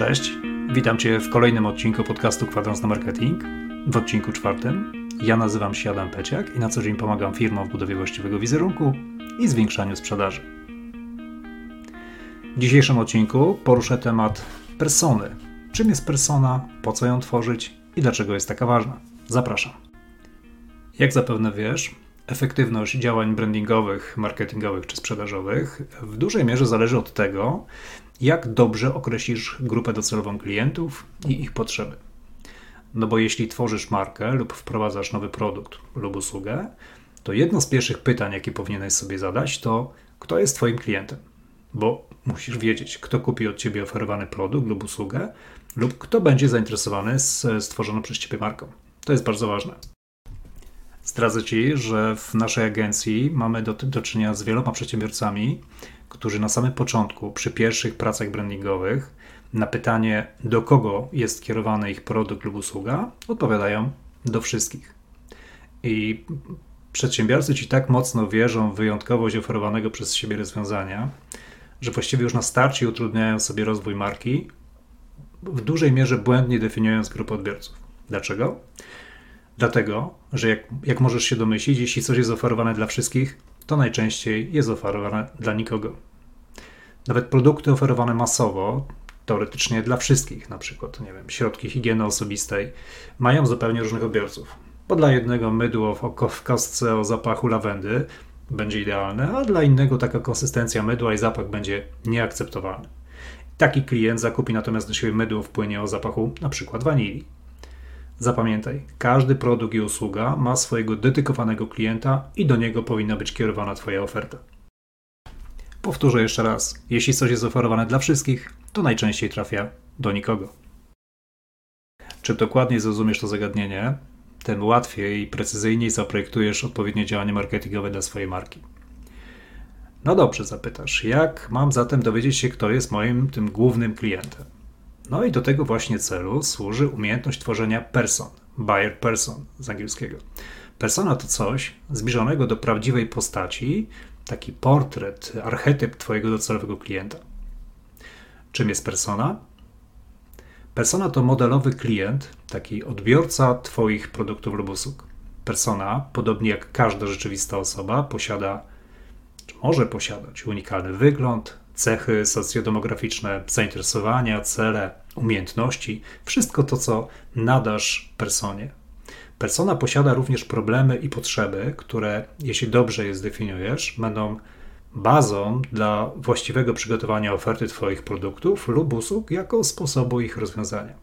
Cześć, witam Cię w kolejnym odcinku podcastu Kwadrans na Marketing, w odcinku 4. Ja nazywam się Adam Peciak i na co dzień pomagam firmom w budowie właściwego wizerunku i zwiększaniu sprzedaży. W dzisiejszym odcinku poruszę temat persony. Czym jest persona, po co ją tworzyć i dlaczego jest taka ważna. Zapraszam. Jak zapewne wiesz, efektywność działań brandingowych, marketingowych czy sprzedażowych w dużej mierze zależy od tego, jak dobrze określisz grupę docelową klientów i ich potrzeby. No bo jeśli tworzysz markę lub wprowadzasz nowy produkt lub usługę, to jedno z pierwszych pytań, jakie powinieneś sobie zadać, to kto jest Twoim klientem? Bo musisz wiedzieć, kto kupi od Ciebie oferowany produkt lub usługę lub kto będzie zainteresowany stworzoną przez Ciebie marką. To jest bardzo ważne. Zdradzę Ci, że w naszej agencji mamy do czynienia z wieloma przedsiębiorcami, którzy na samym początku, przy pierwszych pracach brandingowych, na pytanie, do kogo jest kierowany ich produkt lub usługa, odpowiadają do wszystkich. I przedsiębiorcy Ci tak mocno wierzą w wyjątkowość oferowanego przez siebie rozwiązania, że właściwie już na starcie utrudniają sobie rozwój marki, w dużej mierze błędnie definiując grupę odbiorców. Dlaczego? Dlatego, że jak możesz się domyślić, jeśli coś jest oferowane dla wszystkich, to najczęściej jest oferowane dla nikogo. Nawet produkty oferowane masowo, teoretycznie dla wszystkich, na przykład, środki higieny osobistej, mają zupełnie różnych odbiorców. Bo dla jednego mydło w kostce o zapachu lawendy będzie idealne, a dla innego taka konsystencja mydła i zapach będzie nieakceptowalny. Taki klient zakupi natomiast do siebie mydło w płynie o zapachu na przykład wanilii. Zapamiętaj, każdy produkt i usługa ma swojego dedykowanego klienta i do niego powinna być kierowana Twoja oferta. Powtórzę jeszcze raz, jeśli coś jest oferowane dla wszystkich, to najczęściej trafia do nikogo. Czym dokładniej zrozumiesz to zagadnienie, tym łatwiej i precyzyjniej zaprojektujesz odpowiednie działanie marketingowe dla swojej marki. No dobrze, zapytasz, jak mam zatem dowiedzieć się, kto jest moim tym głównym klientem? No i do tego właśnie celu służy umiejętność tworzenia person, buyer person z angielskiego. Persona to coś zbliżonego do prawdziwej postaci, taki portret, archetyp Twojego docelowego klienta. Czym jest persona? Persona to modelowy klient, taki odbiorca Twoich produktów lub usług. Persona, podobnie jak każda rzeczywista osoba, posiada, czy może posiadać unikalny wygląd, cechy socjodemograficzne, zainteresowania, cele, umiejętności, wszystko to, co nadasz personie. Persona posiada również problemy i potrzeby, które, jeśli dobrze je zdefiniujesz, będą bazą dla właściwego przygotowania oferty Twoich produktów lub usług jako sposobu ich rozwiązania.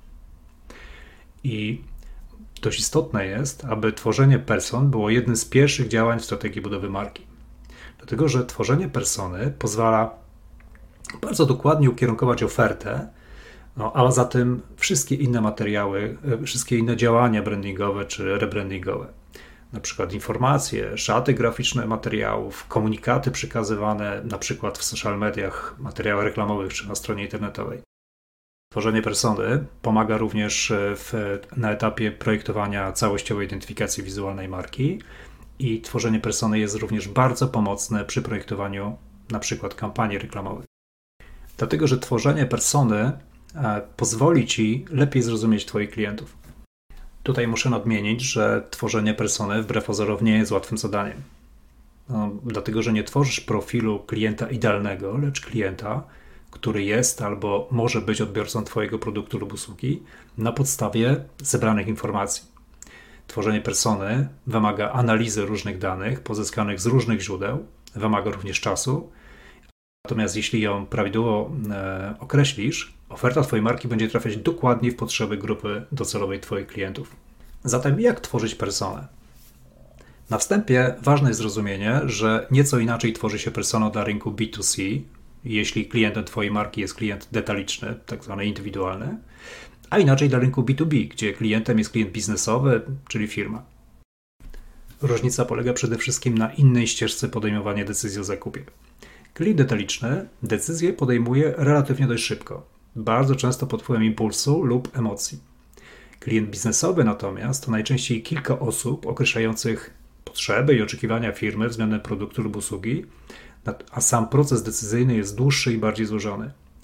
I dość istotne jest, aby tworzenie person było jednym z pierwszych działań w strategii budowy marki. Dlatego, że tworzenie persony pozwala bardzo dokładnie ukierunkować ofertę, a zatem wszystkie inne materiały, wszystkie inne działania brandingowe czy rebrandingowe. Na przykład informacje, szaty graficzne materiałów, komunikaty przekazywane na przykład w social mediach, materiałach reklamowych czy na stronie internetowej. Tworzenie persony pomaga również na etapie projektowania całościowej identyfikacji wizualnej marki i tworzenie persony jest również bardzo pomocne przy projektowaniu na przykład kampanii reklamowych. Dlatego, że tworzenie persony pozwoli Ci lepiej zrozumieć Twoich klientów. Tutaj muszę nadmienić, że tworzenie persony wbrew pozorom nie jest łatwym zadaniem. Dlatego, że nie tworzysz profilu klienta idealnego, lecz klienta, który jest albo może być odbiorcą Twojego produktu lub usługi na podstawie zebranych informacji. Tworzenie persony wymaga analizy różnych danych pozyskanych z różnych źródeł, wymaga również czasu. Natomiast jeśli ją prawidłowo określisz, oferta Twojej marki będzie trafiać dokładnie w potrzeby grupy docelowej Twoich klientów. Zatem jak tworzyć personę? Na wstępie ważne jest zrozumienie, że nieco inaczej tworzy się personę dla rynku B2C, jeśli klientem Twojej marki jest klient detaliczny, tak zwany indywidualny, a inaczej dla rynku B2B, gdzie klientem jest klient biznesowy, czyli firma. Różnica polega przede wszystkim na innej ścieżce podejmowania decyzji o zakupie. Klient detaliczny decyzję podejmuje relatywnie dość szybko, bardzo często pod wpływem impulsu lub emocji. Klient biznesowy natomiast to najczęściej kilka osób określających potrzeby i oczekiwania firmy względem produktu lub usługi, a sam proces decyzyjny jest dłuższy i bardziej złożony.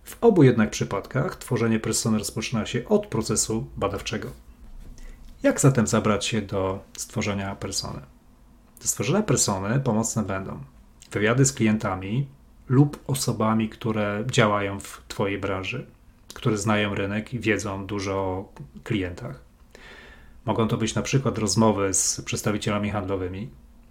W obu jednak przypadkach tworzenie persony rozpoczyna się od procesu badawczego. Jak zatem zabrać się do stworzenia persony? Do stworzenia persony pomocne będą wywiady z klientami lub osobami, które działają w Twojej branży, które znają rynek i wiedzą dużo o klientach. Mogą to być na przykład rozmowy z przedstawicielami handlowymi.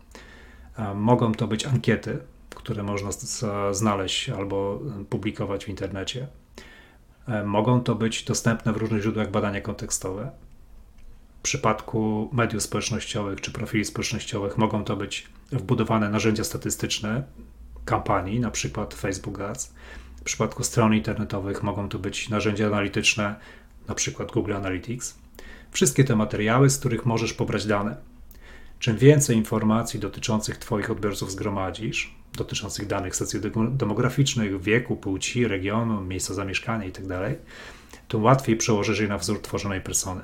Mogą to być ankiety, które można znaleźć albo publikować w internecie. Mogą to być dostępne w różnych źródłach badania kontekstowe. W przypadku mediów społecznościowych czy profili społecznościowych mogą to być wbudowane narzędzia statystyczne kampanii, na przykład Facebook Ads. W przypadku stron internetowych mogą to być narzędzia analityczne, na przykład Google Analytics. Wszystkie te materiały, z których możesz pobrać dane. Czym więcej informacji dotyczących Twoich odbiorców zgromadzisz, dotyczących danych socjodemograficznych, wieku, płci, regionu, miejsca zamieszkania itd., tym łatwiej przełożysz je na wzór tworzonej persony.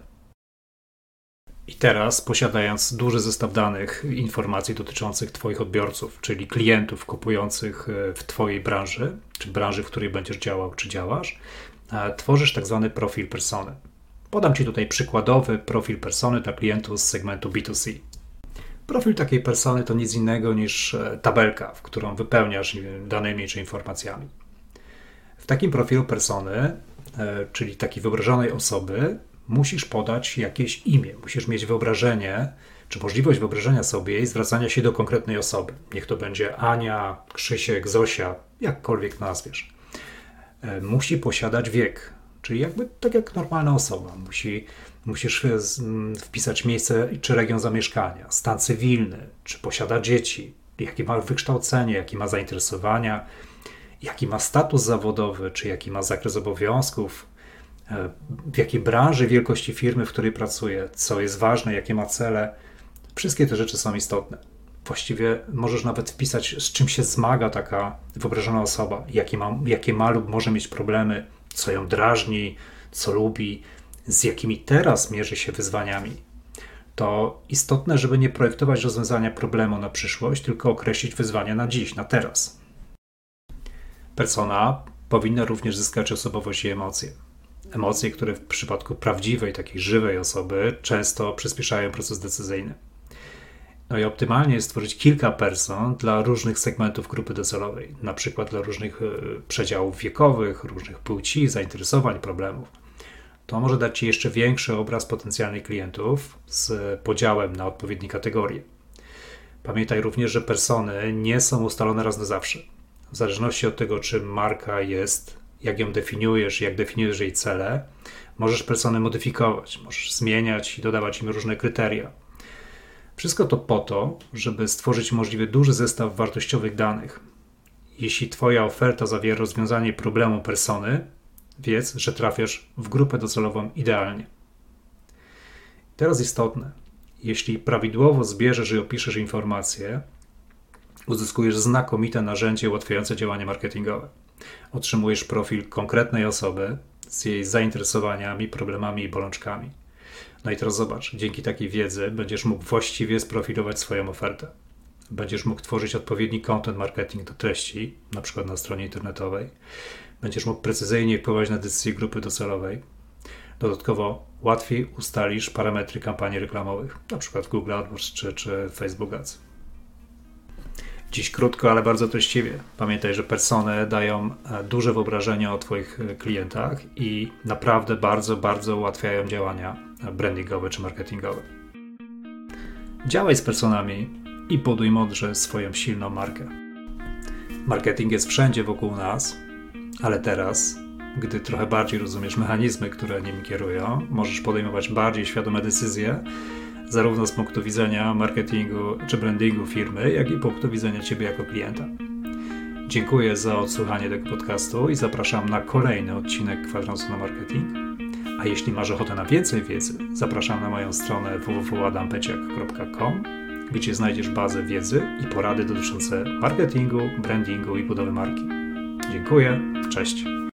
I teraz, posiadając duży zestaw danych, informacji dotyczących Twoich odbiorców, czyli klientów kupujących w Twojej branży, czy branży, w której będziesz działał, czy działasz, tworzysz tak zwany profil persony. Podam Ci tutaj przykładowy profil persony dla klientów z segmentu B2C. Profil takiej persony to nic innego niż tabelka, w którą wypełniasz danymi czy informacjami. W takim profilu persony, czyli takiej wyobrażonej osoby, musisz podać jakieś imię, musisz mieć wyobrażenie, czy możliwość wyobrażenia sobie i zwracania się do konkretnej osoby. Niech to będzie Ania, Krzysiek, Zosia, jakkolwiek nazwiesz. Musi posiadać wiek, czyli jakby tak jak normalna osoba. Musisz wpisać miejsce czy region zamieszkania, stan cywilny, czy posiada dzieci, jakie ma wykształcenie, jakie ma zainteresowania, jaki ma status zawodowy, czy jaki ma zakres obowiązków, w jakiej branży, wielkości firmy, w której pracuje, co jest ważne, jakie ma cele. Wszystkie te rzeczy są istotne. Właściwie możesz nawet wpisać, z czym się zmaga taka wyobrażona osoba, jakie ma lub może mieć problemy, co ją drażni, co lubi, z jakimi teraz mierzy się wyzwaniami. To istotne, żeby nie projektować rozwiązania problemu na przyszłość, tylko określić wyzwania na dziś, na teraz. Persona powinna również zyskać osobowość i emocje. Emocje, które w przypadku prawdziwej, takiej żywej osoby często przyspieszają proces decyzyjny. No i optymalnie jest stworzyć kilka person dla różnych segmentów grupy docelowej, na przykład dla różnych przedziałów wiekowych, różnych płci, zainteresowań, problemów. To może dać Ci jeszcze większy obraz potencjalnych klientów z podziałem na odpowiednie kategorie. Pamiętaj również, że persony nie są ustalone raz na zawsze. W zależności od tego, czym marka jest, jak ją definiujesz, jak definiujesz jej cele, możesz persony modyfikować, możesz zmieniać i dodawać im różne kryteria. Wszystko to po to, żeby stworzyć możliwie duży zestaw wartościowych danych. Jeśli Twoja oferta zawiera rozwiązanie problemu persony, wiedz, że trafiasz w grupę docelową idealnie. Teraz istotne, jeśli prawidłowo zbierzesz i opiszesz informacje, uzyskujesz znakomite narzędzie ułatwiające działanie marketingowe. Otrzymujesz profil konkretnej osoby z jej zainteresowaniami, problemami i bolączkami. No i teraz zobacz, dzięki takiej wiedzy będziesz mógł właściwie sprofilować swoją ofertę. Będziesz mógł tworzyć odpowiedni content marketing do treści, na przykład na stronie internetowej. Będziesz mógł precyzyjnie wpływać na decyzję grupy docelowej. Dodatkowo łatwiej ustalisz parametry kampanii reklamowych, na przykład Google AdWords czy Facebook Ads. Dziś krótko, ale bardzo treściwie. Pamiętaj, że persony dają duże wyobrażenie o Twoich klientach i naprawdę bardzo, bardzo ułatwiają działania brandingowe czy marketingowe. Działaj z personami i buduj mądrze swoją silną markę. Marketing jest wszędzie wokół nas, ale teraz, gdy trochę bardziej rozumiesz mechanizmy, które nim kierują, możesz podejmować bardziej świadome decyzje, zarówno z punktu widzenia marketingu czy brandingu firmy, jak i punktu widzenia Ciebie jako klienta. Dziękuję za odsłuchanie tego podcastu i zapraszam na kolejny odcinek Kwadransu na Marketing. A jeśli masz ochotę na więcej wiedzy, zapraszam na moją stronę www.adampeciak.com, gdzie znajdziesz bazę wiedzy i porady dotyczące marketingu, brandingu i budowy marki. Dziękuję, cześć!